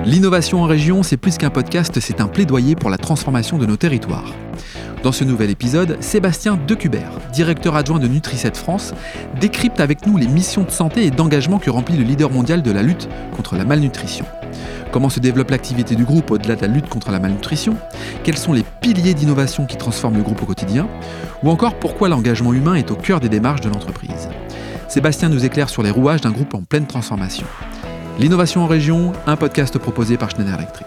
L'innovation en région, c'est plus qu'un podcast, c'est un plaidoyer pour la transformation de nos territoires. Dans ce nouvel épisode, Sébastien Decubert, directeur adjoint de Nutri7 France, décrypte avec nous les missions de santé et d'engagement que remplit le leader mondial de la lutte contre la malnutrition. Comment se développe l'activité du groupe au-delà de la lutte contre la malnutrition ? Quels sont les piliers d'innovation qui transforment le groupe au quotidien ? Ou encore pourquoi l'engagement humain est au cœur des démarches de l'entreprise ? Sébastien nous éclaire sur les rouages d'un groupe en pleine transformation. L'innovation en région, un podcast proposé par Schneider Electric.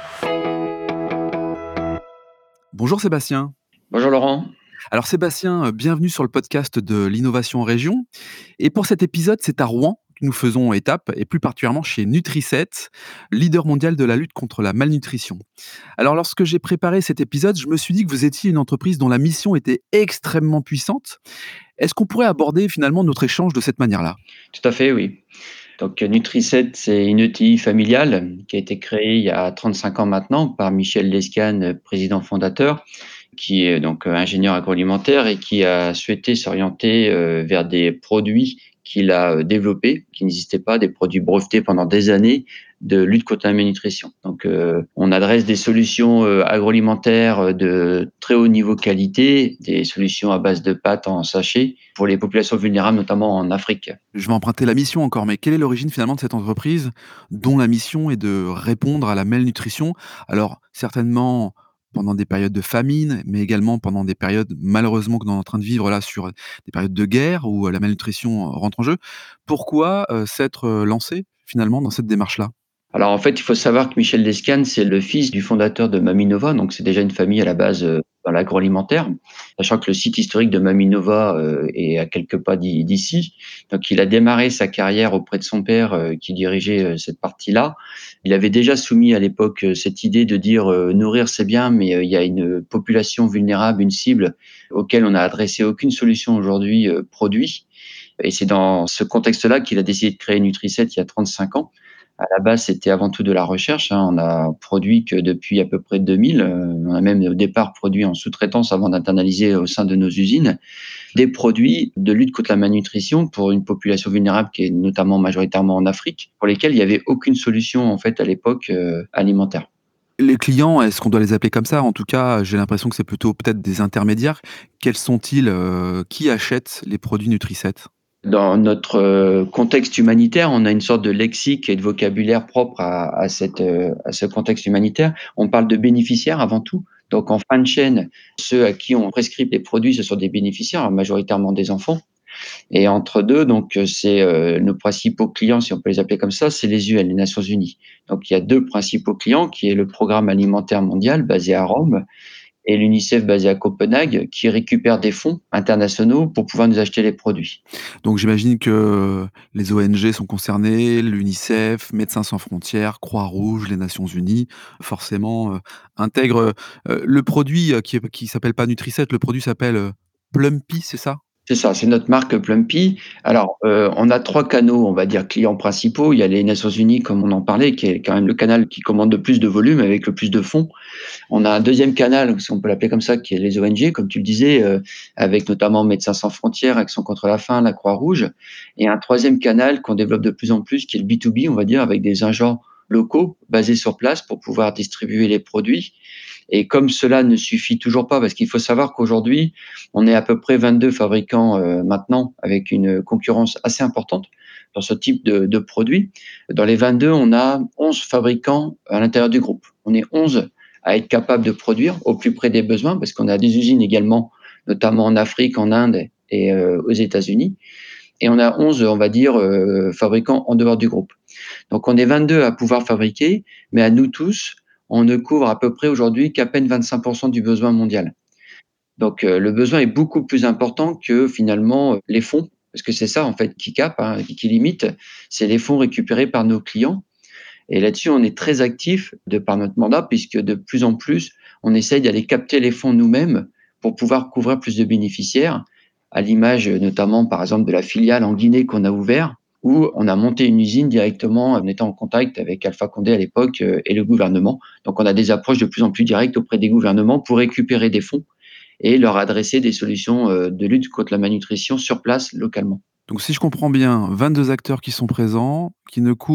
Bonjour Sébastien. Bonjour Laurent. Alors Sébastien, bienvenue sur le podcast de l'innovation en région. Et pour cet épisode, c'est à Rouen que nous faisons étape, et plus particulièrement chez Nutri7, leader mondial de la lutte contre la malnutrition. Alors lorsque j'ai préparé cet épisode, je me suis dit que vous étiez une entreprise dont la mission était extrêmement puissante. Est-ce qu'on pourrait aborder finalement notre échange de cette manière-là ? Tout à fait, oui. Donc Nutri7, c'est une ETI familiale qui a été créée il y a 35 ans maintenant par Michel Lescane, président fondateur, qui est donc ingénieur agroalimentaire et qui a souhaité s'orienter vers des produits qu'il a développés, qui n'existaient pas, des produits brevetés pendant des années de lutte contre la malnutrition. Donc on adresse des solutions agroalimentaires de très haut niveau qualité, des solutions à base de pâtes en sachet pour les populations vulnérables, notamment en Afrique. Je vais emprunter la mission encore, mais quelle est l'origine finalement de cette entreprise dont la mission est de répondre à la malnutrition ? Alors certainement pendant des périodes de famine, mais également pendant des périodes malheureusement que l'on est en train de vivre là sur des périodes de guerre où la malnutrition rentre en jeu. Pourquoi s'être lancé finalement dans cette démarche-là ? Alors en fait, il faut savoir que Michel Descanes, c'est le fils du fondateur de Maminova, donc c'est déjà une famille à la base dans l'agroalimentaire, sachant que le site historique de Maminova est à quelques pas d'ici. Donc il a démarré sa carrière auprès de son père qui dirigeait cette partie-là. Il avait déjà soumis à l'époque cette idée de dire nourrir c'est bien, mais il y a une population vulnérable, une cible auquel on n'a adressé aucune solution aujourd'hui produit. Et c'est dans ce contexte-là qu'il a décidé de créer Nutri7 il y a 35 ans. À la base, c'était avant tout de la recherche. On a produit que depuis à peu près 2000. On a même au départ produit en sous-traitance avant d'internaliser au sein de nos usines des produits de lutte contre la malnutrition pour une population vulnérable qui est notamment majoritairement en Afrique, pour lesquels il n'y avait aucune solution en fait à l'époque alimentaire. Les clients, est-ce qu'on doit les appeler comme ça ? En tout cas, j'ai l'impression que c'est plutôt peut-être des intermédiaires. Quels sont-ils ? Qui achète les produits Nutri7 ? Dans notre contexte humanitaire, on a une sorte de lexique et de vocabulaire propre à ce contexte humanitaire. On parle de bénéficiaires avant tout. Donc, en fin de chaîne, ceux à qui on prescrit les produits, ce sont des bénéficiaires, majoritairement des enfants. Et entre deux, donc, c'est nos principaux clients, si on peut les appeler comme ça, c'est les UN, les Nations Unies. Donc, il y a deux principaux clients, qui est le Programme alimentaire mondial basé à Rome et l'UNICEF basé à Copenhague, qui récupère des fonds internationaux pour pouvoir nous acheter les produits. Donc j'imagine que les ONG sont concernées, l'UNICEF, Médecins sans frontières, Croix-Rouge, les Nations Unies, forcément intègrent le produit qui s'appelle pas Nutri7, le produit s'appelle Plumpy, c'est ça ? C'est ça, c'est notre marque Plumpy. Alors, on a 3 canaux, on va dire, clients principaux. Il y a les Nations Unies, comme on en parlait, qui est quand même le canal qui commande le plus de volume avec le plus de fonds. On a un deuxième canal, si on peut l'appeler comme ça, qui est les ONG, comme tu le disais, avec notamment Médecins sans frontières, Action contre la faim, la Croix-Rouge. Et un troisième canal qu'on développe de plus en plus, qui est le B2B, on va dire, avec des agents locaux basés sur place pour pouvoir distribuer les produits. Et comme cela ne suffit toujours pas, parce qu'il faut savoir qu'aujourd'hui, on est à peu près 22 fabricants maintenant, avec une concurrence assez importante dans ce type de produits. Dans les 22, on a 11 fabricants à l'intérieur du groupe. On est 11 à être capable de produire au plus près des besoins, parce qu'on a des usines également, notamment en Afrique, en Inde et aux États-Unis. Et on a 11, on va dire, fabricants en dehors du groupe. Donc on est 22 à pouvoir fabriquer, mais à nous tous, on ne couvre à peu près aujourd'hui qu'à peine 25% du besoin mondial. Donc le besoin est beaucoup plus important que finalement les fonds, parce que c'est ça en fait qui cape, qui limite, c'est les fonds récupérés par nos clients. Et là-dessus, on est très actif de par notre mandat, puisque de plus en plus, on essaye d'aller capter les fonds nous-mêmes pour pouvoir couvrir plus de bénéficiaires, à l'image notamment par exemple de la filiale en Guinée qu'on a ouvert, où on a monté une usine directement en étant en contact avec Alpha Condé à l'époque et le gouvernement. Donc on a des approches de plus en plus directes auprès des gouvernements pour récupérer des fonds et leur adresser des solutions de lutte contre la malnutrition sur place, localement. Donc si je comprends bien, 22 acteurs qui sont présents, qui ne couvrent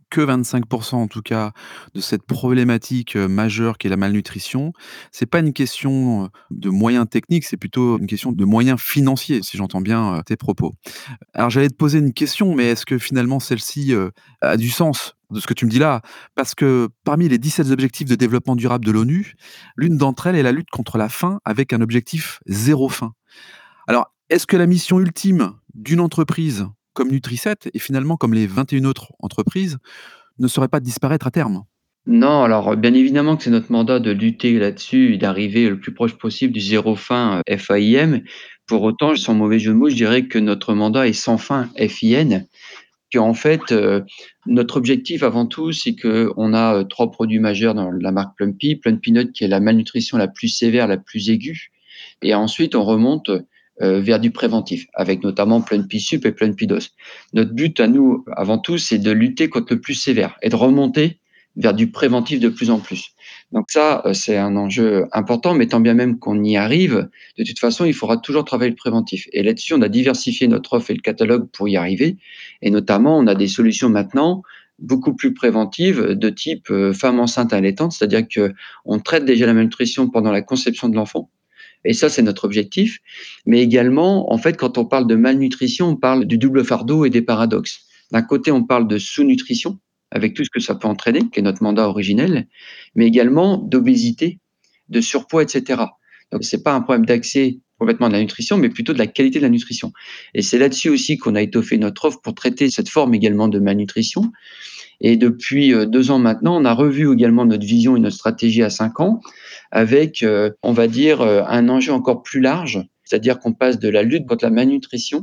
que 25 en tout cas de cette problématique, majeure qui est la malnutrition, c'est pas une question, de moyens techniques, c'est plutôt une question de moyens financiers, si j'entends bien, tes propos. Alors j'allais te poser une question, mais est-ce que finalement celle-ci, a du sens de ce que tu me dis là? Parce que parmi les 17 objectifs de développement durable de l'ONU, l'une d'entre elles est la lutte contre la faim avec un objectif zéro faim. Alors, est-ce que la mission ultime d'une entreprise comme Nutri-7 et finalement comme les 21 autres entreprises ne serait pas de disparaître à terme? Non, alors, bien évidemment que c'est notre mandat de lutter là-dessus et d'arriver le plus proche possible du zéro fin, FAIM. Pour autant, sans mauvais jeu de mots, je dirais que notre mandat est sans fin, FIN. Qu'en fait, notre objectif avant tout, c'est qu'on a, 3 produits majeurs dans la marque Plumpy. Plumpy Nut qui est la malnutrition la plus sévère, la plus aiguë et ensuite on remonte, vers du préventif avec notamment Plumpy Sup et Plumpy Dose. Notre but à nous, avant tout, c'est de lutter contre le plus sévère et de remonter vers du préventif de plus en plus. Donc ça, c'est un enjeu important, mais tant bien même qu'on y arrive, de toute façon, il faudra toujours travailler le préventif et là-dessus, on a diversifié notre offre et le catalogue pour y arriver et notamment, on a des solutions maintenant beaucoup plus préventives de type, femme enceinte allaitante. C'est-à-dire qu'on traite déjà la malnutrition pendant la conception de l'enfant et ça, c'est notre objectif. Mais également, en fait, quand on parle de malnutrition, on parle du double fardeau et des paradoxes. D'un côté, on parle de sous-nutrition, avec tout ce que ça peut entraîner, qui est notre mandat originel, mais également d'obésité, de surpoids, et cetera. Donc c'est pas un problème d'accès complètement de la nutrition, mais plutôt de la qualité de la nutrition. Et c'est là-dessus aussi qu'on a étoffé notre offre pour traiter cette forme également de malnutrition. Et depuis 2 ans maintenant, on a revu également notre vision et notre stratégie à 5 ans avec, on va dire, un enjeu encore plus large. C'est-à-dire qu'on passe de la lutte contre la malnutrition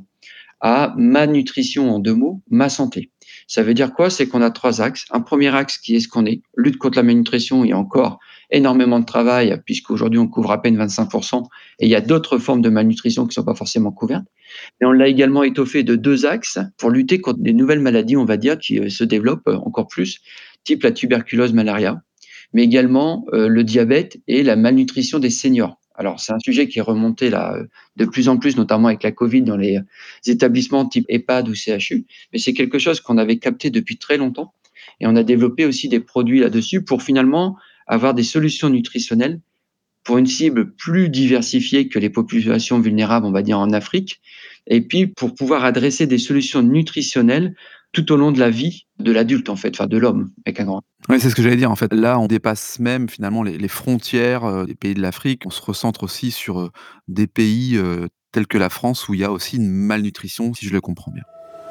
à ma nutrition en 2 mots, ma santé. Ça veut dire quoi? C'est qu'on a 3 axes. Un premier axe qui est ce qu'on est, lutte contre la malnutrition. Il y a encore énormément de travail puisqu'aujourd'hui on couvre à peine 25 et il y a d'autres formes de malnutrition qui ne sont pas forcément couvertes. Et on l'a également étoffé de 2 axes pour lutter contre des nouvelles maladies, on va dire, qui, se développent, encore plus, type la tuberculose, malaria, mais également, le diabète et la malnutrition des seniors. Alors c'est un sujet qui est remonté là, de plus en plus, notamment avec la Covid dans les, établissements type EHPAD ou CHU, mais c'est quelque chose qu'on avait capté depuis très longtemps et on a développé aussi des produits là-dessus pour finalement avoir des solutions nutritionnelles pour une cible plus diversifiée que les populations vulnérables, on va dire en Afrique, et puis pour pouvoir adresser des solutions nutritionnelles tout au long de la vie de l'adulte en fait, enfin de l'homme avec un grand. Oui, c'est ce que j'allais dire en fait. Là, on dépasse même finalement les frontières, des pays de l'Afrique. On se recentre aussi sur, des pays, tels que la France où il y a aussi une malnutrition, si je le comprends bien.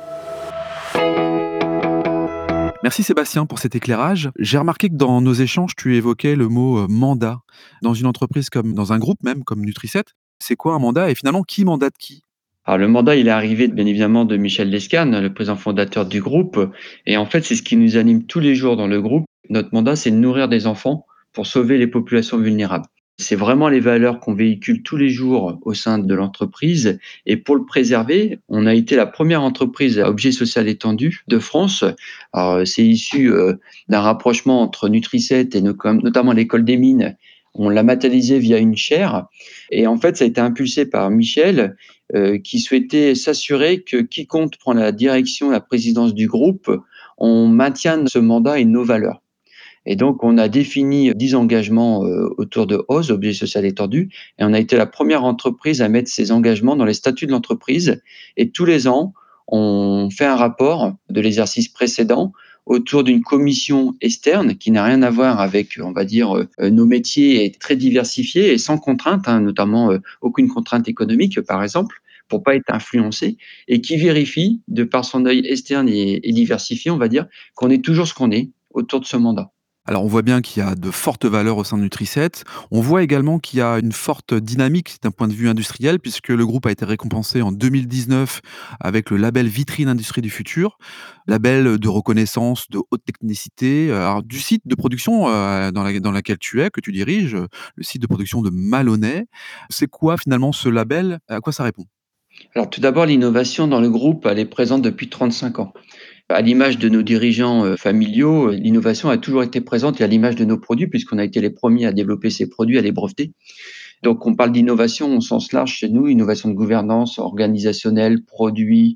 Merci Sébastien pour cet éclairage. J'ai remarqué que dans nos échanges, tu évoquais le mot, mandat. Dans une entreprise comme dans un groupe même comme Nutri7, c'est quoi un mandat et finalement qui mandate qui? Alors le mandat, il est arrivé bien évidemment de Michel Descanes, le président fondateur du groupe et en fait, c'est ce qui nous anime tous les jours dans le groupe. Notre mandat, c'est de nourrir des enfants pour sauver les populations vulnérables. C'est vraiment les valeurs qu'on véhicule tous les jours au sein de l'entreprise et pour le préserver, on a été la première entreprise à objet social étendu de France. Alors, c'est issu, d'un rapprochement entre Nutri7 et notamment l'école des mines. On l'a matérialisé via une chaire et en fait, ça a été impulsé par Michel qui souhaitait s'assurer que quiconque prend la direction, la présidence du groupe, on maintienne ce mandat et nos valeurs. Et donc, on a défini 10 engagements autour de OZ, objet social étendu, et on a été la première entreprise à mettre ces engagements dans les statuts de l'entreprise. Et tous les ans, on fait un rapport de l'exercice précédent autour d'une commission externe qui n'a rien à voir avec, on va dire, nos métiers et très diversifiés et sans contrainte, hein, notamment aucune contrainte économique, par exemple, pour pas être influencé, et qui vérifie, de par son œil externe et diversifié, on va dire, qu'on est toujours ce qu'on est autour de ce mandat. Alors, on voit bien qu'il y a de fortes valeurs au sein de Nutri7. On voit également qu'il y a une forte dynamique d'un point de vue industriel, puisque le groupe a été récompensé en 2019 avec le label Vitrine Industrie du Futur, label de reconnaissance de haute technicité, alors, du site de production dans laquelle tu es, que tu diriges, le site de production de Maloney. C'est quoi finalement ce label? À quoi ça répond? Alors tout d'abord, l'innovation dans le groupe, elle est présente depuis 35 ans. À l'image de nos dirigeants, familiaux, l'innovation a toujours été présente et à l'image de nos produits puisqu'on a été les premiers à développer ces produits, à les breveter. Donc on parle d'innovation au sens large chez nous, innovation de gouvernance, organisationnelle, produits,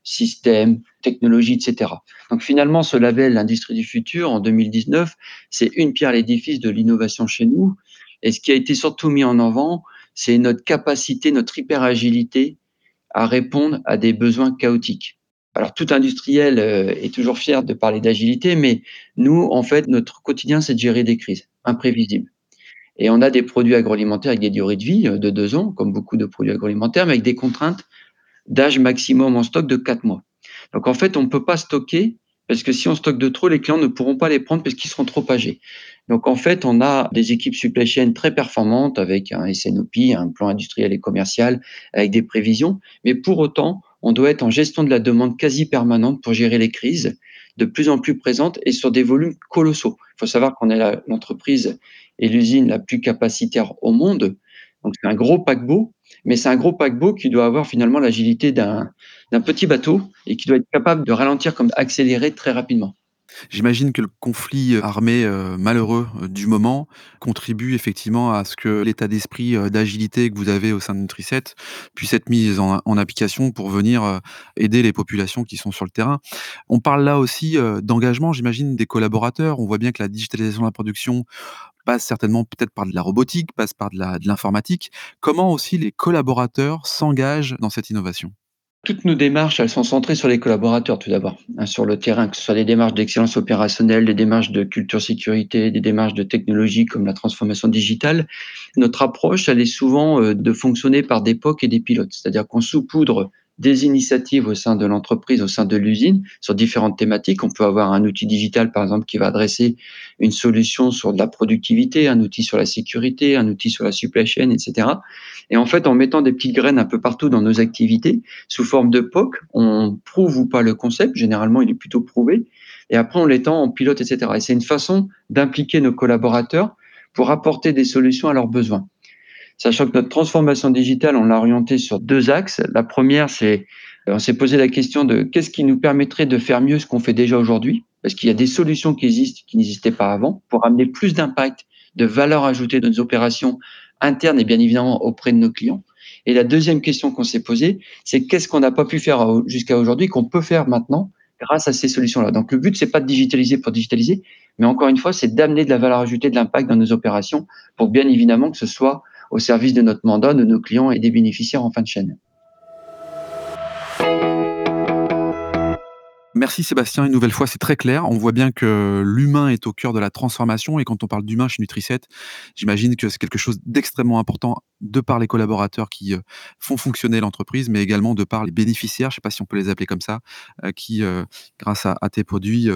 systèmes, technologies, etc. Donc finalement, ce label L'Industrie du futur, en 2019, c'est une pierre à l'édifice de l'innovation chez nous. Et ce qui a été surtout mis en avant, c'est notre capacité, notre hyper-agilité à répondre à des besoins chaotiques. Alors tout industriel est toujours fier de parler d'agilité, mais nous, en fait, notre quotidien, c'est de gérer des crises imprévisibles. Et on a des produits agroalimentaires avec des durées de vie de 2 ans, comme beaucoup de produits agroalimentaires, mais avec des contraintes d'âge maximum en stock de 4 mois. Donc en fait, on ne peut pas stocker parce que si on stocke de trop, les clients ne pourront pas les prendre parce qu'ils seront trop âgés. Donc en fait, on a des équipes supply chain très performantes avec un SNOP, un plan industriel et commercial, avec des prévisions. Mais pour autant, on doit être en gestion de la demande quasi permanente pour gérer les crises de plus en plus présentes et sur des volumes colossaux. Il faut savoir qu'on est l'entreprise et l'usine la plus capacitaire au monde. Donc c'est un gros paquebot, mais c'est un gros paquebot qui doit avoir finalement l'agilité d'un petit bateau et qui doit être capable de ralentir comme d'accélérer très rapidement. J'imagine que le conflit armé malheureux du moment contribue effectivement à ce que l'état d'esprit d'agilité que vous avez au sein de Nutri-7 puisse être mis en application pour venir aider les populations qui sont sur le terrain. On parle là aussi d'engagement, j'imagine, des collaborateurs. On voit bien que la digitalisation de la production passe certainement peut-être par de la robotique, passe par de l'informatique. Comment aussi les collaborateurs s'engagent dans cette innovation? Toutes nos démarches, elles sont centrées sur les collaborateurs tout d'abord, sur le terrain, que ce soit des démarches d'excellence opérationnelle, des démarches de culture sécurité, des démarches de technologie comme la transformation digitale. Notre approche, elle est souvent de fonctionner par des POC et des pilotes, c'est-à-dire qu'on saupoudre des initiatives au sein de l'entreprise, au sein de l'usine, sur différentes thématiques. On peut avoir un outil digital, par exemple, qui va adresser une solution sur de la productivité, un outil sur la sécurité, un outil sur la supply chain, etc. Et en fait, en mettant des petites graines un peu partout dans nos activités, sous forme de POC, on prouve ou pas le concept, généralement il est plutôt prouvé, et après on l'étend en pilote, etc. Et c'est une façon d'impliquer nos collaborateurs pour apporter des solutions à leurs besoins. Sachant que notre transformation digitale, on l'a orientée sur 2 axes. La première, c'est, on s'est posé la question de qu'est-ce qui nous permettrait de faire mieux ce qu'on fait déjà aujourd'hui, parce qu'il y a des solutions qui existent, qui n'existaient pas avant, pour amener plus d'impact, de valeur ajoutée de nos opérations internes et bien évidemment auprès de nos clients. Et la deuxième question qu'on s'est posée, c'est qu'est-ce qu'on n'a pas pu faire jusqu'à aujourd'hui, qu'on peut faire maintenant grâce à ces solutions-là. Donc le but, c'est pas de digitaliser pour digitaliser, mais encore une fois, c'est d'amener de la valeur ajoutée, de l'impact dans nos opérations, pour bien évidemment que ce soit au service de notre mandat, de nos clients et des bénéficiaires en fin de chaîne. Merci Sébastien, une nouvelle fois, c'est très clair. On voit bien que l'humain est au cœur de la transformation et quand on parle d'humain chez Nutri-7, j'imagine que c'est quelque chose d'extrêmement important de par les collaborateurs qui font fonctionner l'entreprise, mais également de par les bénéficiaires, je ne sais pas si on peut les appeler comme ça, qui, grâce à tes produits,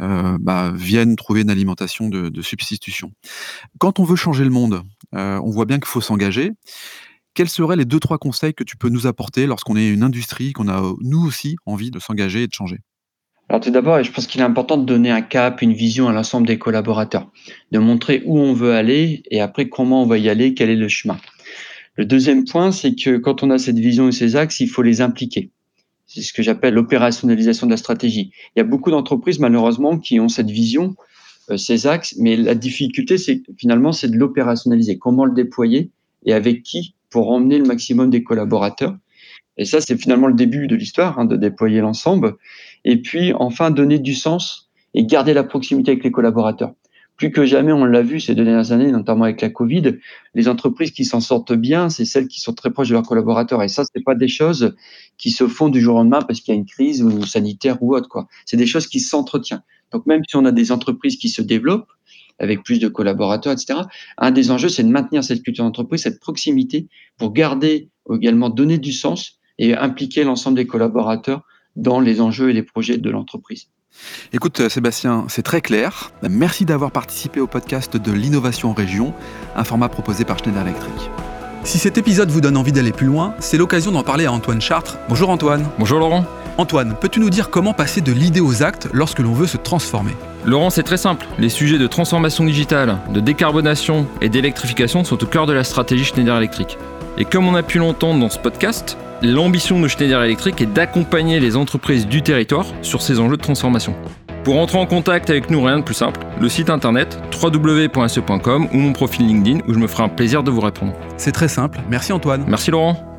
viennent trouver une alimentation de substitution. Quand on veut changer le monde, on voit bien qu'il faut s'engager. Quels seraient les 2-3 conseils que tu peux nous apporter lorsqu'on est une industrie, qu'on a nous aussi envie de s'engager et de changer? Alors tout d'abord, je pense qu'il est important de donner un cap, une vision à l'ensemble des collaborateurs, de montrer où on veut aller et après comment on va y aller, quel est le chemin. Le deuxième point, c'est que quand on a cette vision et ces axes, il faut les impliquer. C'est ce que j'appelle l'opérationnalisation de la stratégie. Il y a beaucoup d'entreprises, malheureusement, qui ont cette vision, ces axes, mais la difficulté, c'est finalement, c'est de l'opérationnaliser. Comment le déployer et avec qui pour emmener le maximum des collaborateurs. Et ça, c'est finalement le début de l'histoire, de déployer l'ensemble. Et puis, enfin, donner du sens et garder la proximité avec les collaborateurs. Plus que jamais, on l'a vu ces 2 dernières années, notamment avec la Covid, les entreprises qui s'en sortent bien, c'est celles qui sont très proches de leurs collaborateurs. Et ça, c'est pas des choses qui se font du jour au lendemain parce qu'il y a une crise ou sanitaire ou autre, quoi. C'est des choses qui s'entretiennent. Donc, même si on a des entreprises qui se développent avec plus de collaborateurs, etc., un des enjeux, c'est de maintenir cette culture d'entreprise, cette proximité pour garder, également donner du sens et impliquer l'ensemble des collaborateurs dans les enjeux et les projets de l'entreprise. Écoute Sébastien, c'est très clair. Merci d'avoir participé au podcast de l'innovation en région, un format proposé par Schneider Electric. Si cet épisode vous donne envie d'aller plus loin, c'est l'occasion d'en parler à Antoine Chartres. Bonjour Antoine. Bonjour Laurent. Antoine, peux-tu nous dire comment passer de l'idée aux actes lorsque l'on veut se transformer ? Laurent, c'est très simple. Les sujets de transformation digitale, de décarbonation et d'électrification sont au cœur de la stratégie Schneider Electric. Et comme on a pu l'entendre dans ce podcast, l'ambition de Schneider Electric est d'accompagner les entreprises du territoire sur ces enjeux de transformation. Pour entrer en contact avec nous, rien de plus simple, le site internet www.se.com ou mon profil LinkedIn où je me ferai un plaisir de vous répondre. C'est très simple, merci Antoine. Merci Laurent.